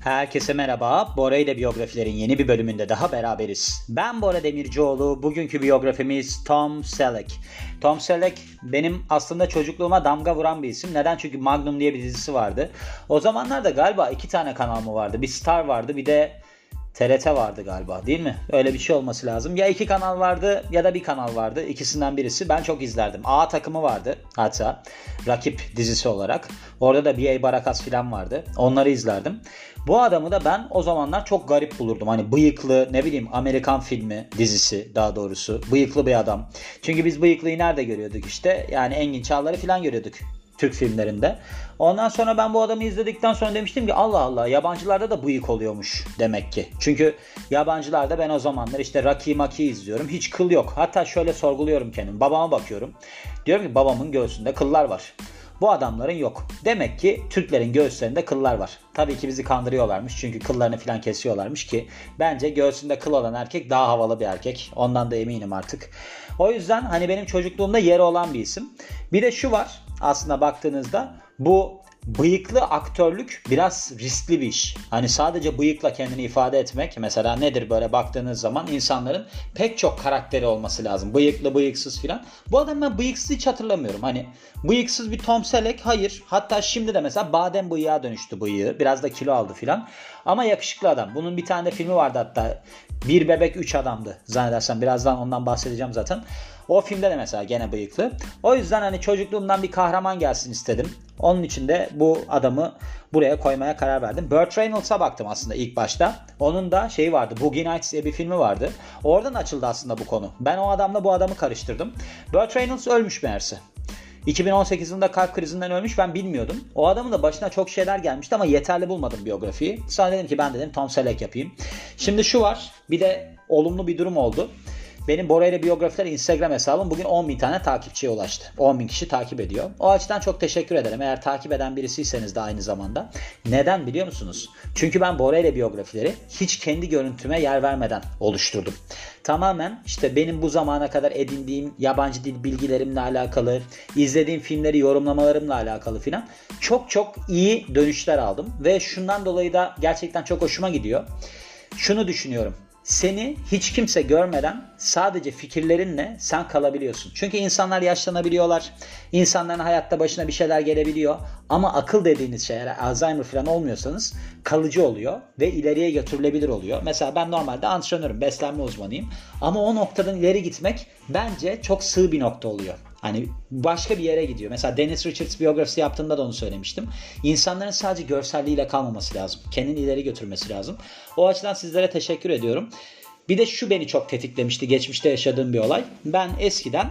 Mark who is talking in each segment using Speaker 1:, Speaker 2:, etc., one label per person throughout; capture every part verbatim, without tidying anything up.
Speaker 1: Herkese merhaba. Bora ile biyografilerin yeni bir bölümünde daha beraberiz. Ben Bora Demircioğlu. Bugünkü biyografimiz Tom Selleck. Tom Selleck benim aslında çocukluğuma damga vuran bir isim. Neden? Çünkü Magnum diye bir dizisi vardı. O zamanlarda galiba iki tane kanal mı vardı? Bir Star vardı, bir de T R T vardı galiba, değil mi? Öyle bir şey olması lazım. Ya iki kanal vardı ya da bir kanal vardı. İkisinden birisi. Ben çok izlerdim. A takımı vardı hatta. Rakip dizisi olarak. Orada da B A Baracus falan vardı. Onları izlerdim. Bu adamı da ben o zamanlar çok garip bulurdum. Hani bıyıklı, ne bileyim, Amerikan filmi dizisi daha doğrusu. Bıyıklı bir adam. Çünkü biz bıyıklıyı nerede görüyorduk işte? Yani Engin Çağlar'ı falan görüyorduk Türk filmlerinde. Ondan sonra ben bu adamı izledikten sonra demiştim ki Allah Allah, yabancılarda da bıyık oluyormuş demek ki. Çünkü yabancılarda ben o zamanlar işte Rocky Maki izliyorum. Hiç kıl yok. Hatta şöyle sorguluyorum kendimi. Babama bakıyorum. Diyorum ki babamın göğsünde kıllar var. Bu adamların yok. Demek ki Türklerin göğüslerinde kıllar var. Tabii ki bizi kandırıyorlarmış. Çünkü kıllarını falan kesiyorlarmış ki bence göğsünde kıl olan erkek daha havalı bir erkek. Ondan da eminim artık. O yüzden hani benim çocukluğumda yeri olan bir isim. Bir de şu var. Aslında baktığınızda bu bıyıklı aktörlük biraz riskli bir iş. Hani sadece bıyıkla kendini ifade etmek mesela nedir böyle baktığınız zaman insanların pek çok karakteri olması lazım. Bıyıklı, bıyıksız filan. Bu adam ben bıyıksız hiç hatırlamıyorum. Hani bıyıksız bir Tom Selleck hayır. Hatta şimdi de mesela badem bıyığa dönüştü bıyığı. Biraz da kilo aldı filan. Ama yakışıklı adam. Bunun bir tane de filmi vardı hatta. Bir Bebek Üç Adamdı zannedersem. Birazdan ondan bahsedeceğim zaten. O filmde de mesela gene bıyıklı. O yüzden hani çocukluğumdan bir kahraman gelsin istedim. Onun için de bu adamı buraya koymaya karar verdim. Burt Reynolds'a baktım aslında ilk başta. Onun da şeyi vardı. Boogie Nights diye bir filmi vardı. Oradan açıldı aslında bu konu. Ben o adamla bu adamı karıştırdım. Burt Reynolds ölmüş meğerse. iki bin on sekiz yılında kalp krizinden ölmüş, ben bilmiyordum. O adamın da başına çok şeyler gelmişti ama yeterli bulmadım biyografiyi. Sonra dedim ki ben dedim Tom Selleck yapayım. Şimdi şu var, bir de olumlu bir durum oldu. Benim Bora ile biyografiler Instagram hesabım bugün on bin tane takipçiye ulaştı. on bin kişi takip ediyor. O açıdan çok teşekkür ederim. Eğer takip eden birisiyseniz de aynı zamanda. Neden biliyor musunuz? Çünkü ben Bora ile biyografileri hiç kendi görüntüme yer vermeden oluşturdum. Tamamen işte benim bu zamana kadar edindiğim yabancı dil bilgilerimle alakalı, izlediğim filmleri yorumlamalarımla alakalı filan çok çok iyi dönüşler aldım. Ve şundan dolayı da gerçekten çok hoşuma gidiyor. Şunu düşünüyorum. Seni hiç kimse görmeden sadece fikirlerinle sen kalabiliyorsun. Çünkü insanlar yaşlanabiliyorlar. İnsanların hayatta başına bir şeyler gelebiliyor. Ama akıl dediğiniz şey, eğer Alzheimer falan olmuyorsanız kalıcı oluyor ve ileriye götürülebilir oluyor. Mesela ben normalde antrenörüm, beslenme uzmanıyım. Ama o noktadan ileri gitmek bence çok sığ bir nokta oluyor. Hani başka bir yere gidiyor. Mesela Dennis Richards biyografisi yaptığımda da onu söylemiştim. İnsanların sadece görselliğiyle kalmaması lazım. Kendini ileri götürmesi lazım. O açıdan sizlere teşekkür ediyorum. Bir de şu beni çok tetiklemişti. Geçmişte yaşadığım bir olay. Ben eskiden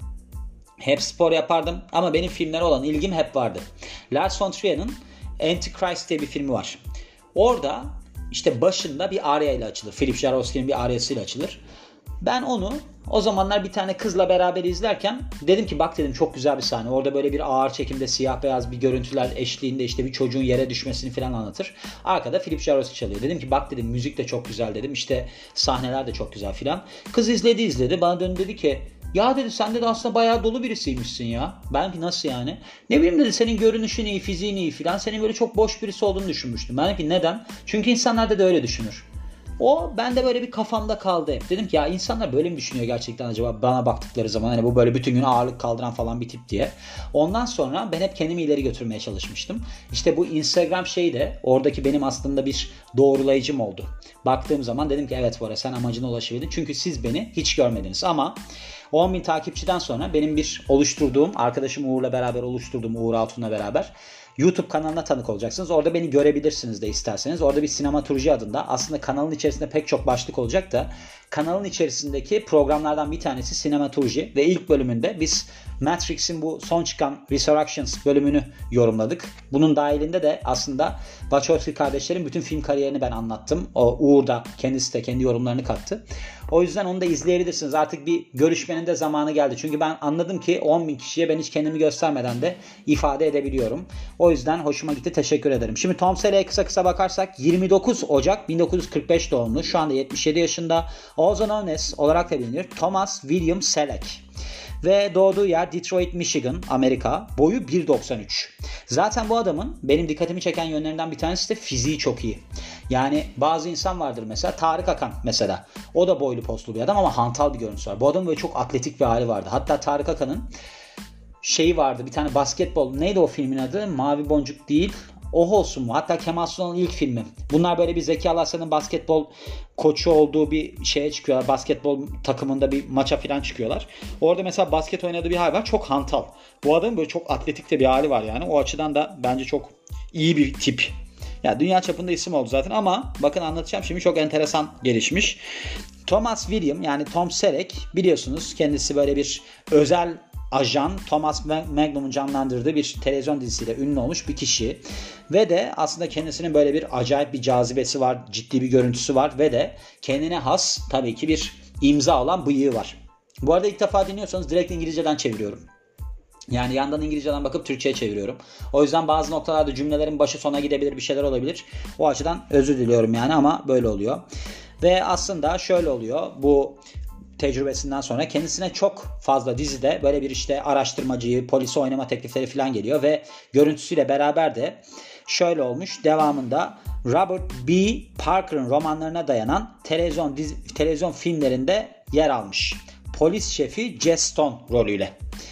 Speaker 1: hep spor yapardım ama benim filmlere olan ilgim hep vardı. Lars von Trier'in Antichrist diye bir filmi var. Orada işte başında bir arya ile açılır. Philip Jarowski'nin bir aryasıyla açılır. Ben onu o zamanlar bir tane kızla beraber izlerken dedim ki bak dedim çok güzel bir sahne. Orada böyle bir ağır çekimde siyah beyaz bir görüntüler eşliğinde işte bir çocuğun yere düşmesini falan anlatır. Arkada Philip Jarowski çalıyor. Dedim ki bak dedim müzik de çok güzel dedim. İşte sahneler de çok güzel filan. Kız izledi izledi. Bana döndü dedi ki ya dedi sen de aslında bayağı dolu birisiymişsin ya. Ben ki nasıl yani? Ne bileyim dedi senin görünüşün iyi, fiziğin iyi filan. Senin böyle çok boş birisi olduğunu düşünmüştüm. Ben dedim ki neden? Çünkü insanlar da öyle düşünür. O bende böyle bir kafamda kaldı hep. Dedim ki ya insanlar böyle mi düşünüyor gerçekten acaba bana baktıkları zaman hani bu böyle bütün gün ağırlık kaldıran falan bir tip diye. Ondan sonra ben hep kendimi ileri götürmeye çalışmıştım. İşte bu Instagram şeyi de oradaki benim aslında bir doğrulayıcım oldu. Baktığım zaman dedim ki evet Bora sen amacına ulaşabildin. Çünkü siz beni hiç görmediniz ama on bin takipçiden sonra benim bir oluşturduğum arkadaşım Uğur'la beraber oluşturduğum Uğur Altun'la beraber YouTube kanalına tanık olacaksınız. Orada beni görebilirsiniz de isterseniz. Orada bir Sinematurji adında aslında kanalın içerisinde pek çok başlık olacak da kanalın içerisindeki programlardan bir tanesi Sinematurji ve ilk bölümünde biz Matrix'in bu son çıkan Resurrections bölümünü yorumladık. Bunun dahilinde de aslında Wachowski kardeşlerin bütün film kariyerini ben anlattım. O Uğur da kendisi de kendi yorumlarını kattı. O yüzden onu da izleyebilirsiniz. Artık bir görüşmenin de zamanı geldi. Çünkü ben anladım ki on bin kişiye ben hiç kendimi göstermeden de ifade edebiliyorum. O yüzden hoşuma gitti. Teşekkür ederim. Şimdi Tom Selleck'e kısa kısa bakarsak yirmi dokuz Ocak bin dokuz yüz kırk beş doğumlu. Şu anda yetmiş yedi yaşında. Also known as olarak da bilinir Thomas William Selleck. Ve doğduğu yer Detroit, Michigan, Amerika. Boyu bir doksan üç. Zaten bu adamın benim dikkatimi çeken yönlerinden bir tanesi de fiziği çok iyi. Yani bazı insan vardır mesela, Tarık Akan mesela. O da boylu postlu bir adam ama hantal bir görüntüsü var. Bu adamın böyle çok atletik bir hali vardı. Hatta Tarık Akan'ın şeyi vardı, bir tane basketbol, neydi o filmin adı? Mavi Boncuk değil. Oh olsun mu? Hatta Kemal Sunal'ın ilk filmi. Bunlar böyle bir Zeki Alasya'nın basketbol koçu olduğu bir şeye çıkıyorlar. Basketbol takımında bir maça falan çıkıyorlar. Orada mesela basket oynadığı bir hal var. Çok hantal. Bu adamın böyle çok atletik de bir hali var yani. O açıdan da bence çok iyi bir tip. Ya dünya çapında isim oldu zaten ama bakın anlatacağım şimdi, çok enteresan gelişmiş. Thomas William yani Tom Selleck, biliyorsunuz kendisi böyle bir özel ajan, Thomas Magnum'un canlandırdığı bir televizyon dizisiyle ünlü olmuş bir kişi. Ve de aslında kendisinin böyle bir acayip bir cazibesi var, ciddi bir görüntüsü var ve de kendine has tabii ki bir imza olan bıyığı var. Bu arada ilk defa dinliyorsanız direkt İngilizceden çeviriyorum. Yani yandan İngilizceden bakıp Türkçe'ye çeviriyorum. O yüzden bazı noktalarda cümlelerin başı sona gidebilir, bir şeyler olabilir. O açıdan özür diliyorum yani, ama böyle oluyor. Ve aslında şöyle oluyor, bu tecrübesinden sonra kendisine çok fazla dizide böyle bir işte araştırmacıyı, polisi oynama teklifleri falan geliyor ve görüntüsüyle beraber de şöyle olmuş. Devamında Robert B. Parker'ın romanlarına dayanan televizyon dizi, televizyon filmlerinde yer almış. Polis şefi Jess Stone rolüyle.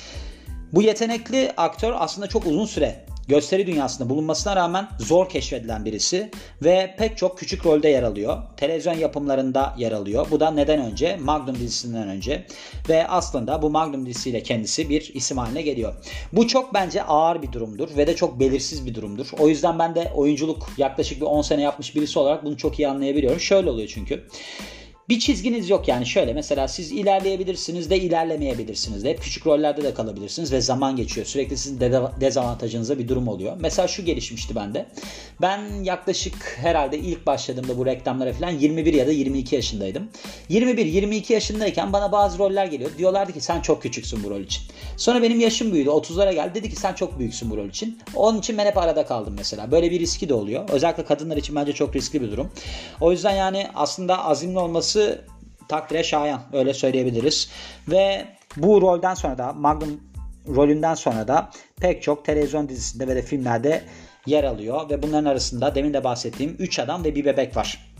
Speaker 1: Bu yetenekli aktör aslında çok uzun süre gösteri dünyasında bulunmasına rağmen zor keşfedilen birisi ve pek çok küçük rolde yer alıyor. Televizyon yapımlarında yer alıyor. Bu da neden önce? Magnum dizisinden önce. Ve aslında bu Magnum dizisiyle kendisi bir isim haline geliyor. Bu çok bence ağır bir durumdur ve de çok belirsiz bir durumdur. O yüzden ben de oyunculuk yaklaşık bir on sene yapmış birisi olarak bunu çok iyi anlayabiliyorum. Şöyle oluyor çünkü. Bir çizginiz yok yani, şöyle mesela siz ilerleyebilirsiniz de ilerlemeyebilirsiniz de, hep küçük rollerde de kalabilirsiniz ve zaman geçiyor. Sürekli sizin dezavantajınıza bir durum oluyor. Mesela şu gelişmişti bende. Ben yaklaşık herhalde ilk başladığımda bu reklamlara falan yirmi bir ya da yirmi iki yaşındaydım. yirmi bir yirmi iki yaşındayken bana bazı roller geliyor. Diyorlardı ki sen çok küçüksün bu rol için. Sonra benim yaşım büyüdü, otuzlara geldi, dedi ki sen çok büyüksün bu rol için. Onun için ben hep arada kaldım mesela. Böyle bir riski de oluyor. Özellikle kadınlar için bence çok riskli bir durum. O yüzden yani aslında azimli olması takdire şayan, öyle söyleyebiliriz. Ve bu rolden sonra da, Magnum rolünden sonra da pek çok televizyon dizisinde ve de filmlerde yer alıyor ve bunların arasında demin de bahsettiğim Üç Adam ve Bir Bebek var.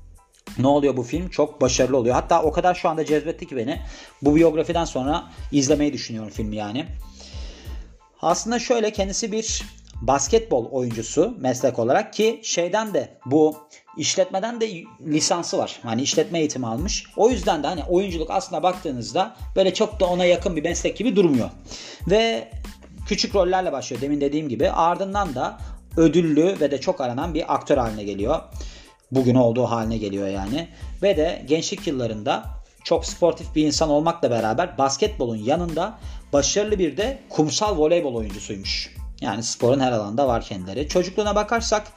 Speaker 1: Ne oluyor bu film? Çok başarılı oluyor. Hatta o kadar şu anda cezbetti ki beni, bu biyografiden sonra izlemeyi düşünüyorum filmi yani. Aslında şöyle, kendisi bir basketbol oyuncusu meslek olarak, ki şeyden de, bu işletmeden de lisansı var. Hani işletme eğitimi almış. O yüzden de hani oyunculuk aslında baktığınızda böyle çok da ona yakın bir meslek gibi durmuyor. Ve küçük rollerle başlıyor demin dediğim gibi. Ardından da ödüllü ve de çok aranan bir aktör haline geliyor. Bugün olduğu haline geliyor yani. Ve de gençlik yıllarında çok sportif bir insan olmakla beraber basketbolun yanında başarılı bir de kumsal voleybol oyuncusuymuş. Yani sporun her alanda var kendileri. Çocukluğuna bakarsak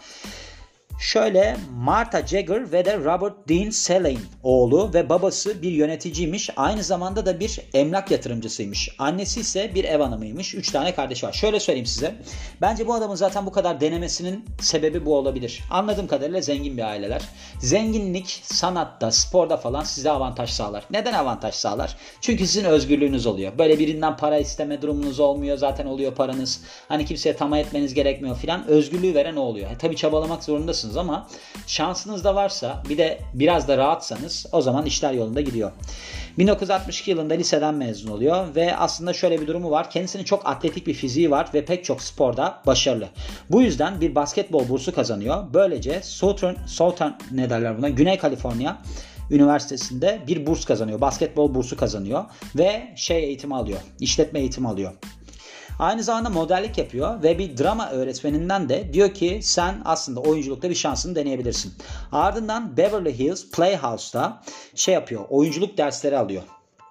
Speaker 1: şöyle, Martha Jagger ve de Robert Dean Selleck'in oğlu ve babası bir yöneticiymiş. Aynı zamanda da bir emlak yatırımcısıymış. Annesi ise bir ev hanımıymış. Üç tane kardeşi var. Şöyle söyleyeyim size. Bence bu adamın zaten bu kadar denemesinin sebebi bu olabilir. Anladığım kadarıyla zengin bir aileler. Zenginlik sanatta, sporda falan size avantaj sağlar. Neden avantaj sağlar? Çünkü sizin özgürlüğünüz oluyor. Böyle birinden para isteme durumunuz olmuyor. Zaten oluyor paranız. Hani kimseye tamah etmeniz gerekmiyor filan. Özgürlüğü veren o oluyor. Tabii çabalamak zorundasınız ama şansınız da varsa, bir de biraz da rahatsanız, o zaman işler yolunda gidiyor. bin dokuz yüz altmış iki yılında liseden mezun oluyor ve aslında şöyle bir durumu var. Kendisinin çok atletik bir fiziği var ve pek çok sporda başarılı. Bu yüzden bir basketbol bursu kazanıyor. Böylece Southern, Southern ne derler buna? Güney Kaliforniya Üniversitesi'nde bir burs kazanıyor. Basketbol bursu kazanıyor ve şey eğitimi alıyor. İşletme eğitimi alıyor. Aynı zamanda modellik yapıyor ve bir drama öğretmeninden de diyor ki sen aslında oyunculukta bir şansını deneyebilirsin. Ardından Beverly Hills Playhouse'da şey yapıyor, oyunculuk dersleri alıyor.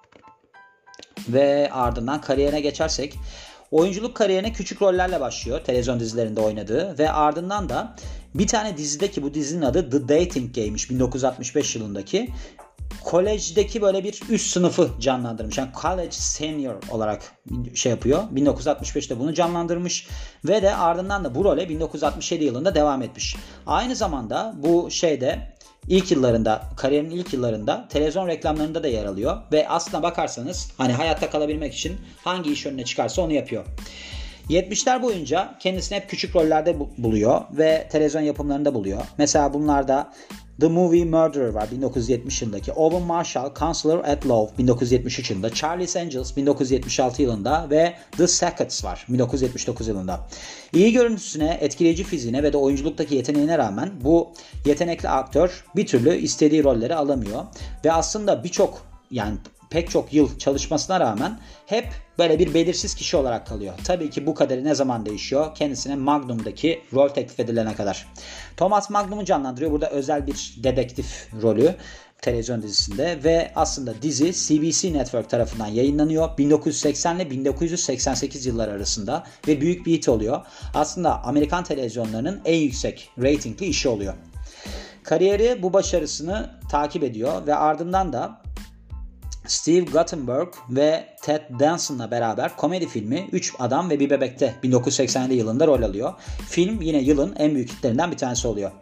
Speaker 1: Ve ardından kariyerine geçersek, oyunculuk kariyerine küçük rollerle başlıyor, televizyon dizilerinde oynadığı ve ardından da bir tane dizideki, bu dizinin adı The Dating Game'miş, bin dokuz yüz altmış beş yılındaki. Kolejdeki böyle bir üst sınıfı canlandırmış. Yani college senior olarak şey yapıyor. bin dokuz yüz altmış beşte bunu canlandırmış ve de ardından da bu role bin dokuz yüz altmış yedi yılında devam etmiş. Aynı zamanda bu şeyde ilk yıllarında, kariyerinin ilk yıllarında televizyon reklamlarında da yer alıyor ve aslına bakarsanız hani hayatta kalabilmek için hangi iş önüne çıkarsa onu yapıyor. yetmişler boyunca kendisini hep küçük rollerde buluyor ve televizyon yapımlarında buluyor. Mesela bunlarda The Movie Murderer var bin dokuz yüz yetmiş yılındaki, Owen Marshall, Counselor at Law bin dokuz yüz yetmiş üç yılında, Charlie's Angels bin dokuz yüz yetmiş altı yılında ve The Sacketts var bin dokuz yüz yetmiş dokuz yılında. İyi görüntüsüne, etkileyici fiziğine ve de oyunculuktaki yeteneğine rağmen bu yetenekli aktör bir türlü istediği rolleri alamıyor ve aslında birçok yani pek çok yıl çalışmasına rağmen hep böyle bir belirsiz kişi olarak kalıyor. Tabii ki bu kaderi ne zaman değişiyor? Kendisine Magnum'daki rol teklif edilene kadar. Thomas Magnum'u canlandırıyor. Burada özel bir dedektif rolü televizyon dizisinde ve aslında dizi C B C Network tarafından yayınlanıyor. bin dokuz yüz seksen ile bin dokuz yüz seksen sekiz yılları arasında ve büyük bir hit oluyor. Aslında Amerikan televizyonlarının en yüksek reytingli işi oluyor. Kariyeri bu başarısını takip ediyor ve ardından da Steve Guttenberg ve Ted Danson'la beraber komedi filmi Üç Adam ve Bir Bebek'te bin dokuz yüz seksen yedi yılında rol alıyor. Film yine yılın en büyük hitlerinden bir tanesi oluyor.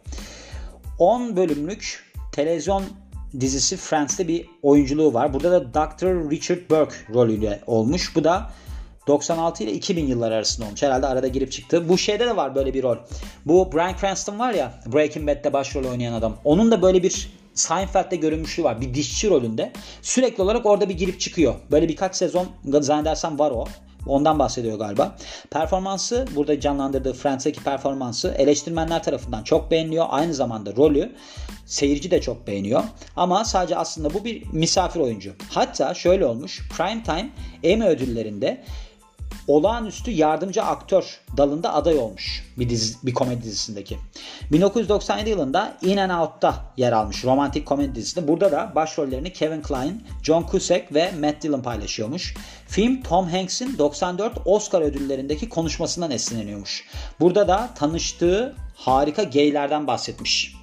Speaker 1: on bölümlük televizyon dizisi Friends'te bir oyunculuğu var. Burada da doktor Richard Burke rolüyle olmuş. Bu da doksan altı ile iki bin yılları arasında olmuş. Herhalde arada girip çıktı. Bu şeyde de var böyle bir rol. Bu Bryan Cranston var ya, Breaking Bad'de başrol oynayan adam. Onun da böyle bir Seinfeld'de görünmüşlüğü var. Bir dişçi rolünde. Sürekli olarak orada bir girip çıkıyor. Böyle birkaç sezon zannedersem var o. Ondan bahsediyor galiba. Performansı, burada canlandırdığı Friends'teki performansı eleştirmenler tarafından çok beğeniliyor. Aynı zamanda rolü seyirci de çok beğeniyor. Ama sadece aslında bu bir misafir oyuncu. Hatta şöyle olmuş. Primetime Emmy ödüllerinde olağanüstü yardımcı aktör dalında aday olmuş bir dizi, bir komedi dizisindeki. bin dokuz yüz doksan yedi yılında In and Out'ta yer almış romantik komedi dizisinde. Burada da başrollerini Kevin Kline, John Cusack ve Matt Dillon paylaşıyormuş. Film Tom Hanks'in doksan dört Oscar ödüllerindeki konuşmasından esinleniyormuş. Burada da tanıştığı harika gaylerden bahsetmiş.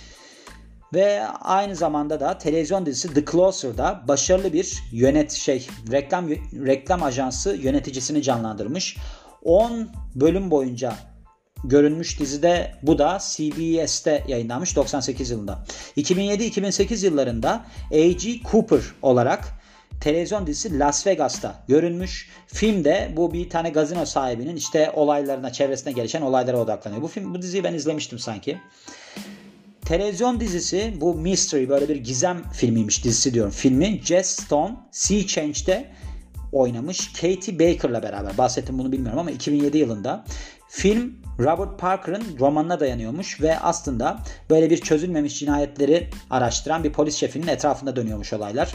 Speaker 1: Ve aynı zamanda da televizyon dizisi The Closer'da başarılı bir yönet şey reklam reklam ajansı yöneticisini canlandırmış. on bölüm boyunca görünmüş dizide, bu da C B S'te yayınlanmış doksan sekiz yılında. iki bin yedi iki bin sekiz yıllarında A G Cooper olarak televizyon dizisi Las Vegas'ta görünmüş. Filmde bu bir tane gazino sahibinin işte olaylarına, çevresine gelişen olaylara odaklanıyor. Bu film, bu diziyi ben izlemiştim sanki. Televizyon dizisi bu Mystery, böyle bir gizem filmiymiş, dizisi diyorum. Filmi Jess Stone Sea Change'de oynamış Katie Baker'la beraber. Bahsettim bunu bilmiyorum ama iki bin yedi yılında. Film Robert Parker'ın romanına dayanıyormuş ve aslında böyle bir çözülmemiş cinayetleri araştıran bir polis şefinin etrafında dönüyormuş olaylar.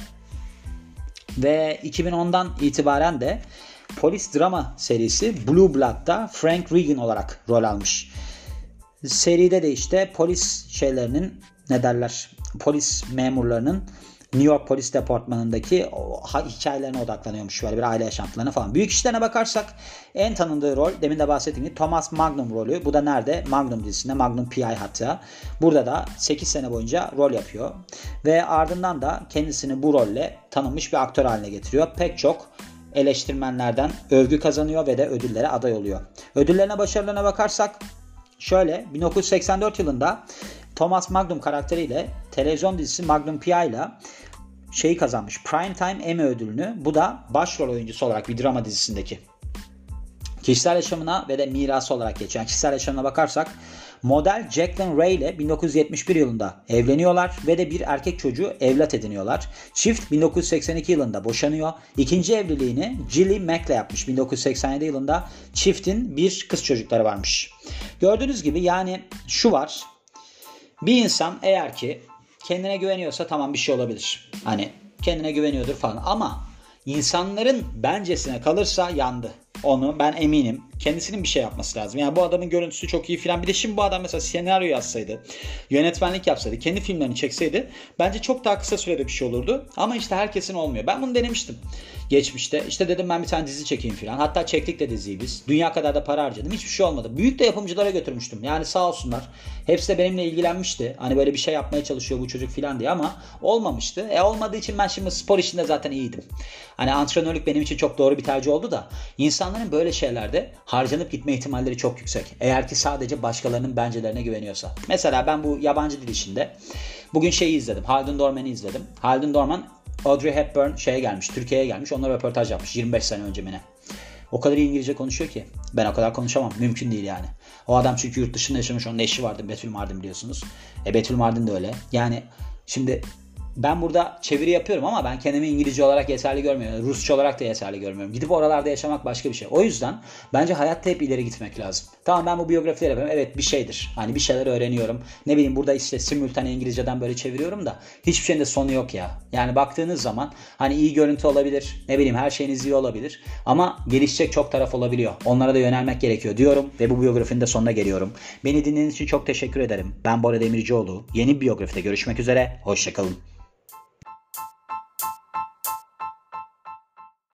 Speaker 1: Ve iki bin ondan itibaren de polis drama serisi Blue Blood'da Frank Regan olarak rol almış. Seride de işte polis şeylerinin, ne derler, polis memurlarının New York Polis Departmanı'ndaki hikayelerine odaklanıyormuş. Böyle bir aile yaşantılarına falan. Büyük işlerine bakarsak en tanındığı rol, demin de bahsettiğim gibi Thomas Magnum rolü. Bu da nerede? Magnum dizisinde. Magnum P I hatta. Burada da sekiz sene boyunca rol yapıyor. Ve ardından da kendisini bu rolle tanınmış bir aktör haline getiriyor. Pek çok eleştirmenlerden övgü kazanıyor ve de ödüllere aday oluyor. Ödüllerine, başarılarına bakarsak şöyle, bin dokuz yüz seksen dört yılında Thomas Magnum karakteriyle televizyon dizisi Magnum P I ile şeyi kazanmış, Primetime Emmy ödülünü. Bu da başrol oyuncusu olarak bir drama dizisindeki. Kişisel yaşamına ve de mirası olarak geçen kişisel yaşamına bakarsak, model Jacqueline Ray ile bin dokuz yüz yetmiş bir yılında evleniyorlar ve de bir erkek çocuğu evlat ediniyorlar. Çift bin dokuz yüz seksen iki yılında boşanıyor. İkinci evliliğini Gilly Mack ile yapmış bin dokuz yüz seksen yedi yılında. Çiftin bir kız çocukları varmış. Gördüğünüz gibi yani şu var. Bir insan eğer ki kendine güveniyorsa tamam, bir şey olabilir. Hani kendine güveniyordur falan, ama insanların bencesine kalırsa yandı. Onu ben eminim. Kendisinin bir şey yapması lazım. Yani bu adamın görüntüsü çok iyi filan. Bir de şimdi bu adam mesela senaryo yazsaydı, yönetmenlik yapsaydı, kendi filmlerini çekseydi bence çok daha kısa sürede bir şey olurdu. Ama işte herkesin olmuyor. Ben bunu denemiştim geçmişte. İşte dedim ben bir tane dizi çekeyim filan. Hatta çektik de diziyi biz. Dünya kadar da para harcadım. Hiçbir şey olmadı. Büyük de yapımcılara götürmüştüm. Yani sağ olsunlar. Hepsi de benimle ilgilenmişti. Hani böyle bir şey yapmaya çalışıyor bu çocuk filan diye, ama olmamıştı. E olmadığı için ben şimdi spor işinde zaten iyiydim. Hani antrenörlük benim için çok doğru bir tercih oldu da, insanların böyle şeylerde harcanıp gitme ihtimalleri çok yüksek. Eğer ki sadece başkalarının bencelerine güveniyorsa. Mesela ben bu yabancı dil işinde bugün şeyi izledim. Haldun Dorman'ı izledim. Haldun Dorman, Audrey Hepburn şeye gelmiş, Türkiye'ye gelmiş. Onunla röportaj yapmış yirmi beş sene önce mi ne? O kadar iyi İngilizce konuşuyor ki. Ben o kadar konuşamam. Mümkün değil yani. O adam çünkü yurt dışında yaşamış. Onun eşi vardı. Betül Mardin biliyorsunuz. E Betül Mardin de öyle. Yani şimdi ben burada çeviri yapıyorum ama ben kendimi İngilizce olarak yeterli görmüyorum. Rusça olarak da yeterli görmüyorum. Gidip oralarda yaşamak başka bir şey. O yüzden bence hayatta hep ileri gitmek lazım. Tamam, ben bu biyografileri yapıyorum. Evet, bir şeydir. Hani bir şeyler öğreniyorum. Ne bileyim, burada işte simultane İngilizceden böyle çeviriyorum da hiçbir şeyin de sonu yok ya. Yani baktığınız zaman hani iyi görüntü olabilir. Ne bileyim, her şeyiniz iyi olabilir. Ama gelişecek çok taraf olabiliyor. Onlara da yönelmek gerekiyor diyorum ve bu biyografinin de sonuna geliyorum. Beni dinlediğiniz için çok teşekkür ederim. Ben Bora Demircioğlu. Yeni bir biyografide görüşmek üzere. Hoşçakalın.